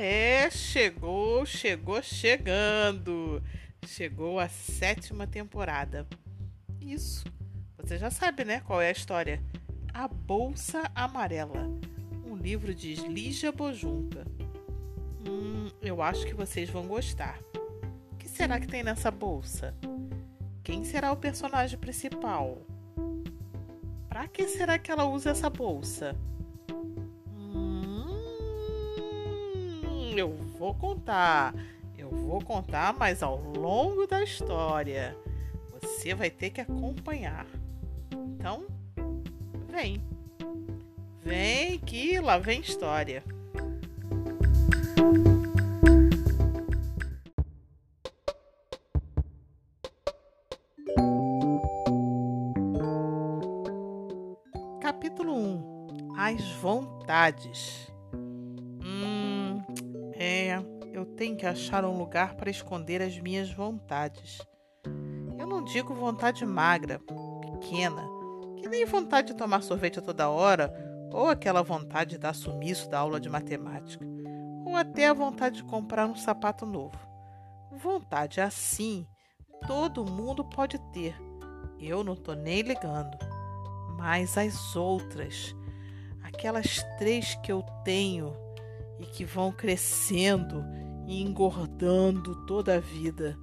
Chegando. Chegou a 7ª temporada. Isso. Você já sabe, né, qual é a história? A Bolsa Amarela, um livro de Lígia Bojunta. Eu acho que vocês vão gostar. O que será que tem nessa bolsa? Quem será o personagem principal? Para que será que ela usa essa bolsa? Eu vou contar, mas ao longo da história. Você vai ter que acompanhar. Então, vem que lá vem história. Capítulo 1. As vontades. Eu tenho que achar um lugar para esconder as minhas vontades. Eu não digo vontade magra, pequena, que nem vontade de tomar sorvete a toda hora, ou aquela vontade de dar sumiço da aula de matemática, ou até a vontade de comprar um sapato novo. Vontade assim, todo mundo pode ter. Eu não tô nem ligando. Mas as outras, aquelas 3 que eu tenho e que vão crescendo e engordando toda a vida.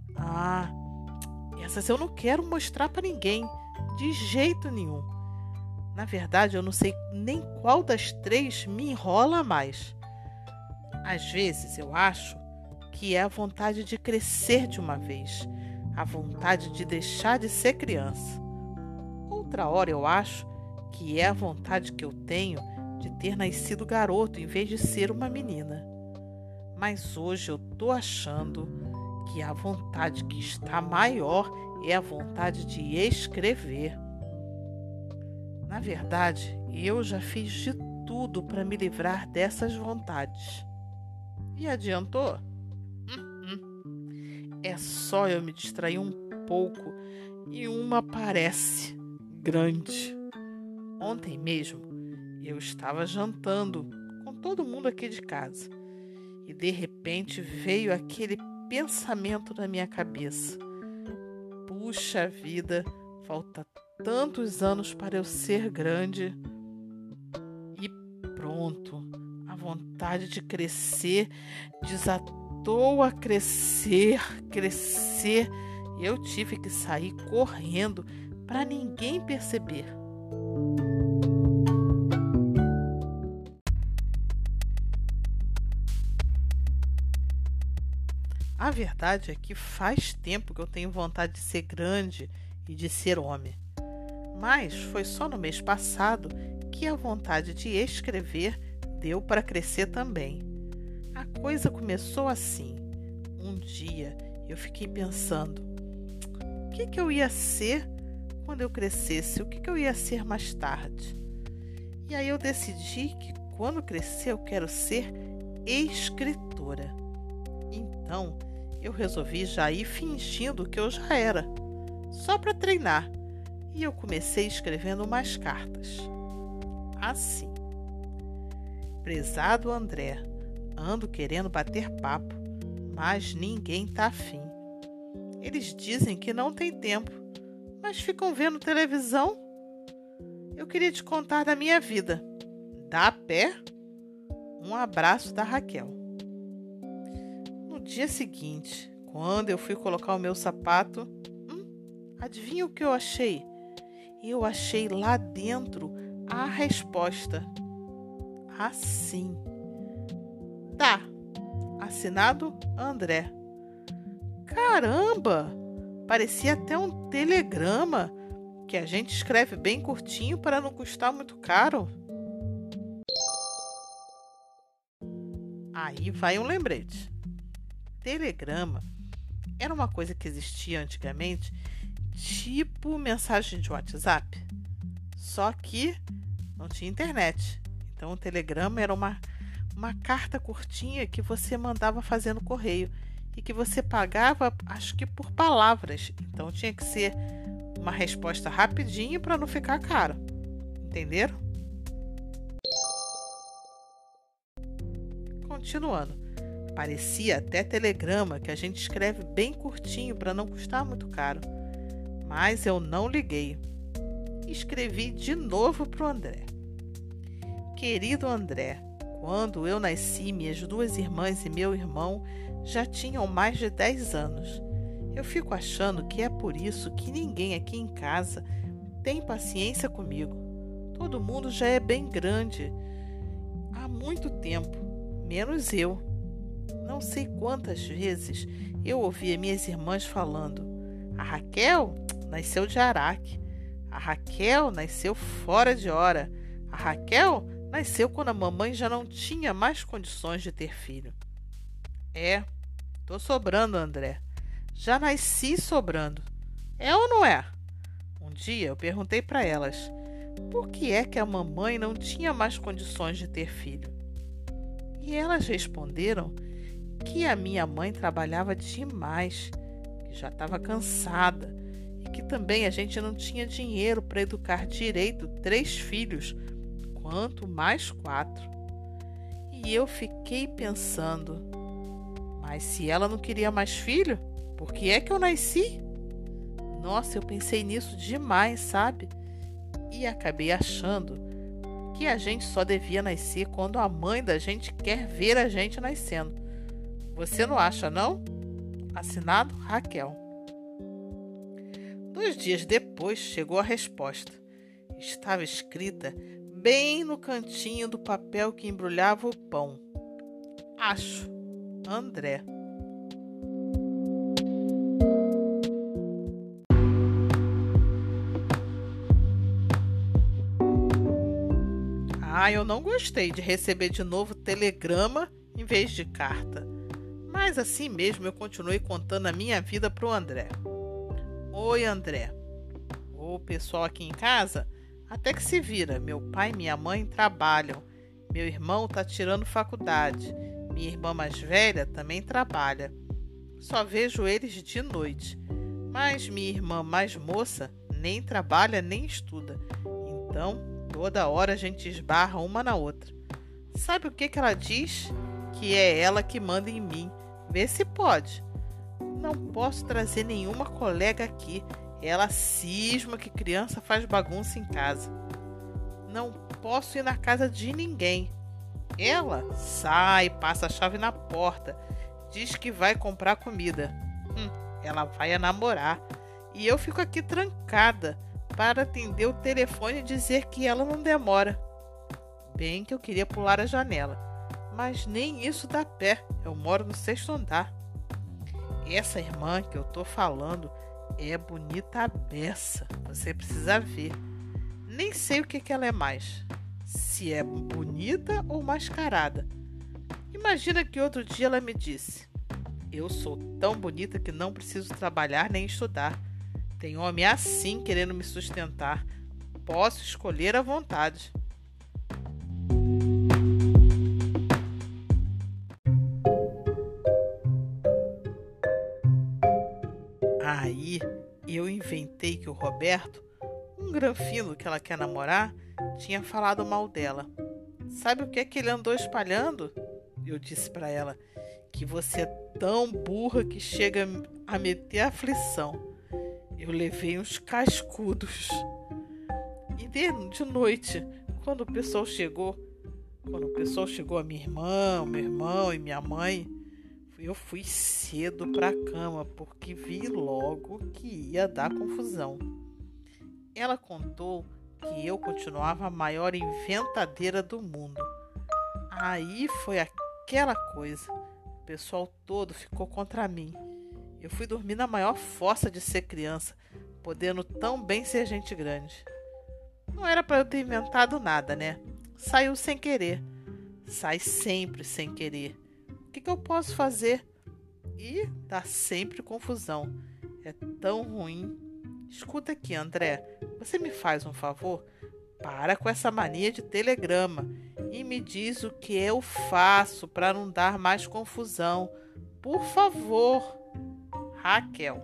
Essas eu não quero mostrar para ninguém, de jeito nenhum. Na verdade, eu não sei nem qual das 3 me enrola mais. Às vezes eu acho que é a vontade de crescer de uma vez, a vontade de deixar de ser criança. Outra hora eu acho que é a vontade que eu tenho de ter nascido garoto em vez de ser uma menina. Mas hoje eu tô achando que a vontade que está maior é a vontade de escrever. Na verdade, eu já fiz de tudo para me livrar dessas vontades. E adiantou? É só eu me distrair um pouco e uma aparece grande. Ontem mesmo eu estava jantando com todo mundo aqui de casa e de repente veio aquele pensamento na minha cabeça. Puxa vida, falta tantos anos para eu ser grande. E pronto, a vontade de crescer desatou a crescer. E eu tive que sair correndo para ninguém perceber. A verdade é que faz tempo que eu tenho vontade de ser grande e de ser homem. Mas foi só no mês passado que a vontade de escrever deu para crescer também. A coisa começou assim. Um dia eu fiquei pensando, o que eu ia ser quando eu crescesse? O que eu ia ser mais tarde? E aí eu decidi que quando crescer eu quero ser escritora. Então, eu resolvi já ir fingindo que eu já era, só para treinar. E eu comecei escrevendo umas cartas. Assim. Prezado André, ando querendo bater papo, mas ninguém tá afim. Eles dizem que não tem tempo, mas ficam vendo televisão. Eu queria te contar da minha vida. Dá pé? Um abraço da Raquel. No dia seguinte, quando eu fui colocar o meu sapato, adivinha o que eu achei? Eu achei lá dentro a resposta. Assim. Tá. Assinado André. Caramba! Parecia até um telegrama, que a gente escreve bem curtinho para não custar muito caro. Aí vai um lembrete. Telegrama era uma coisa que existia antigamente, tipo mensagem de WhatsApp. Só que não tinha internet. Então o telegrama era uma carta curtinha que você mandava fazer no correio e que você pagava, acho que por palavras. Então tinha que ser uma resposta rapidinho para não ficar caro. Entenderam? continuando. Parecia até telegrama, que a gente escreve bem curtinho para não custar muito caro. Mas eu não liguei. Escrevi de novo para o André. Querido André, quando eu nasci, minhas 2 irmãs e meu irmão já tinham mais de 10 anos. Eu fico achando que é por isso que ninguém aqui em casa tem paciência comigo. Todo mundo já é bem grande há muito tempo, menos eu. Não sei quantas vezes eu ouvia minhas irmãs falando: a Raquel nasceu de Araque, a Raquel nasceu fora de hora, a Raquel nasceu quando a mamãe já não tinha mais condições de ter filho. Tô sobrando, André. Já nasci sobrando. É ou não é? Um dia eu perguntei para elas por que é que a mamãe não tinha mais condições de ter filho. E elas responderam que a minha mãe trabalhava demais, que já estava cansada e que também a gente não tinha dinheiro para educar direito 3 filhos, quanto mais 4. E eu fiquei pensando, mas se ela não queria mais filho, por que é que eu nasci? Nossa, eu pensei nisso demais, sabe? E acabei achando que a gente só devia nascer quando a mãe da gente quer ver a gente nascendo. Você não acha, não? Assinado Raquel. 2 dias depois chegou a resposta. Estava escrita bem no cantinho do papel que embrulhava o pão. Acho, André. Eu não gostei de receber de novo telegrama em vez de carta. Mas assim mesmo eu continuei contando a minha vida para o André. Oi, André. O pessoal aqui em casa até que se vira. Meu pai e minha mãe trabalham. Meu irmão está tirando faculdade. Minha irmã mais velha também trabalha. Só vejo eles de noite. Mas minha irmã mais moça nem trabalha nem estuda. Então, toda hora a gente esbarra uma na outra. Sabe o que ela diz? Que é ela que manda em mim. Vê se pode. Não posso trazer nenhuma colega aqui. Ela cisma que criança faz bagunça em casa. Não posso ir na casa de ninguém. Ela sai, passa a chave na porta. Diz que vai comprar comida. Ela vai namorar. E eu fico aqui trancada para atender o telefone e dizer que ela não demora. Bem que eu queria pular a janela, mas nem isso dá pé. Eu moro no 6º andar. Essa irmã que eu tô falando é bonita a beça. Você precisa ver. Nem sei o que ela é mais. Se é bonita ou mascarada. Imagina que outro dia ela me disse: eu sou tão bonita que não preciso trabalhar nem estudar. Tem homem assim querendo me sustentar. Posso escolher à vontade. Aí eu inventei que o Roberto, um granfino que ela quer namorar, tinha falado mal dela. Sabe o que é que ele andou espalhando? Eu disse para ela que você é tão burra que chega a meter aflição. Eu levei uns cascudos. E de noite, quando o pessoal chegou, a minha irmã, o meu irmão e minha mãe, eu fui cedo para a cama porque vi logo que ia dar confusão. Ela contou que eu continuava a maior inventadeira do mundo. Aí foi aquela coisa. O pessoal todo ficou contra mim. Eu fui dormir na maior fossa de ser criança, podendo tão bem ser gente grande. Não era para eu ter inventado nada, né? Saiu sem querer. Sai sempre sem querer. O que eu posso fazer? E dá sempre confusão. É tão ruim. Escuta aqui, André. Você me faz um favor? Para com essa mania de telegrama e me diz o que eu faço para não dar mais confusão. Por favor. Raquel.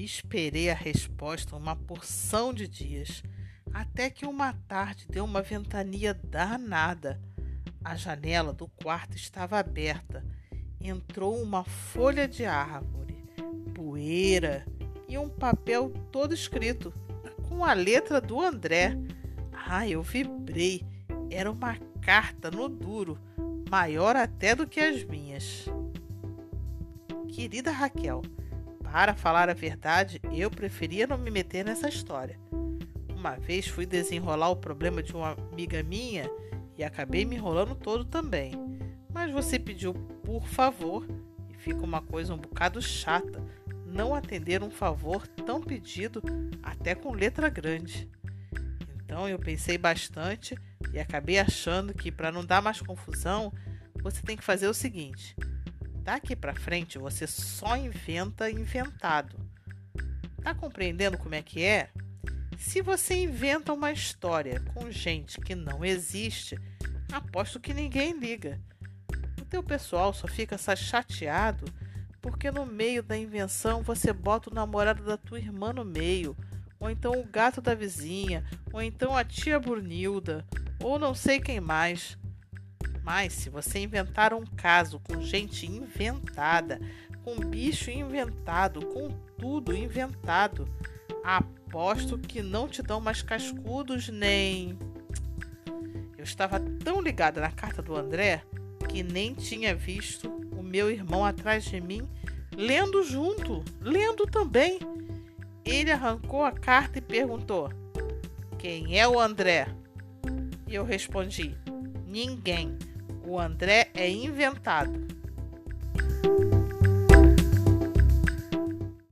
Esperei a resposta uma porção de dias, até que uma tarde deu uma ventania danada. A janela do quarto estava aberta. Entrou uma folha de árvore, poeira e um papel todo escrito, com a letra do André. Eu vibrei. Era uma carta no duro, maior até do que as minhas. Querida Raquel, para falar a verdade, eu preferia não me meter nessa história. Uma vez fui desenrolar o problema de uma amiga minha e acabei me enrolando todo também. Mas você pediu por favor e fica uma coisa um bocado chata não atender um favor tão pedido até com letra grande. Então eu pensei bastante e acabei achando que para não dar mais confusão, você tem que fazer o seguinte: daqui para frente você só inventa inventado. Tá compreendendo como é que é? Se você inventa uma história com gente que não existe, aposto que ninguém liga. O teu pessoal só fica chateado porque no meio da invenção você bota o namorado da tua irmã no meio, ou então o gato da vizinha, ou então a tia Brunilda, ou não sei quem mais. Mas se você inventar um caso com gente inventada, com bicho inventado, com tudo inventado, aposto que não te dão mais cascudos nem... Eu estava tão ligada na carta do André que nem tinha visto o meu irmão atrás de mim lendo junto, lendo também. Ele arrancou a carta e perguntou: quem é o André? E eu respondi: ninguém. O André é inventado.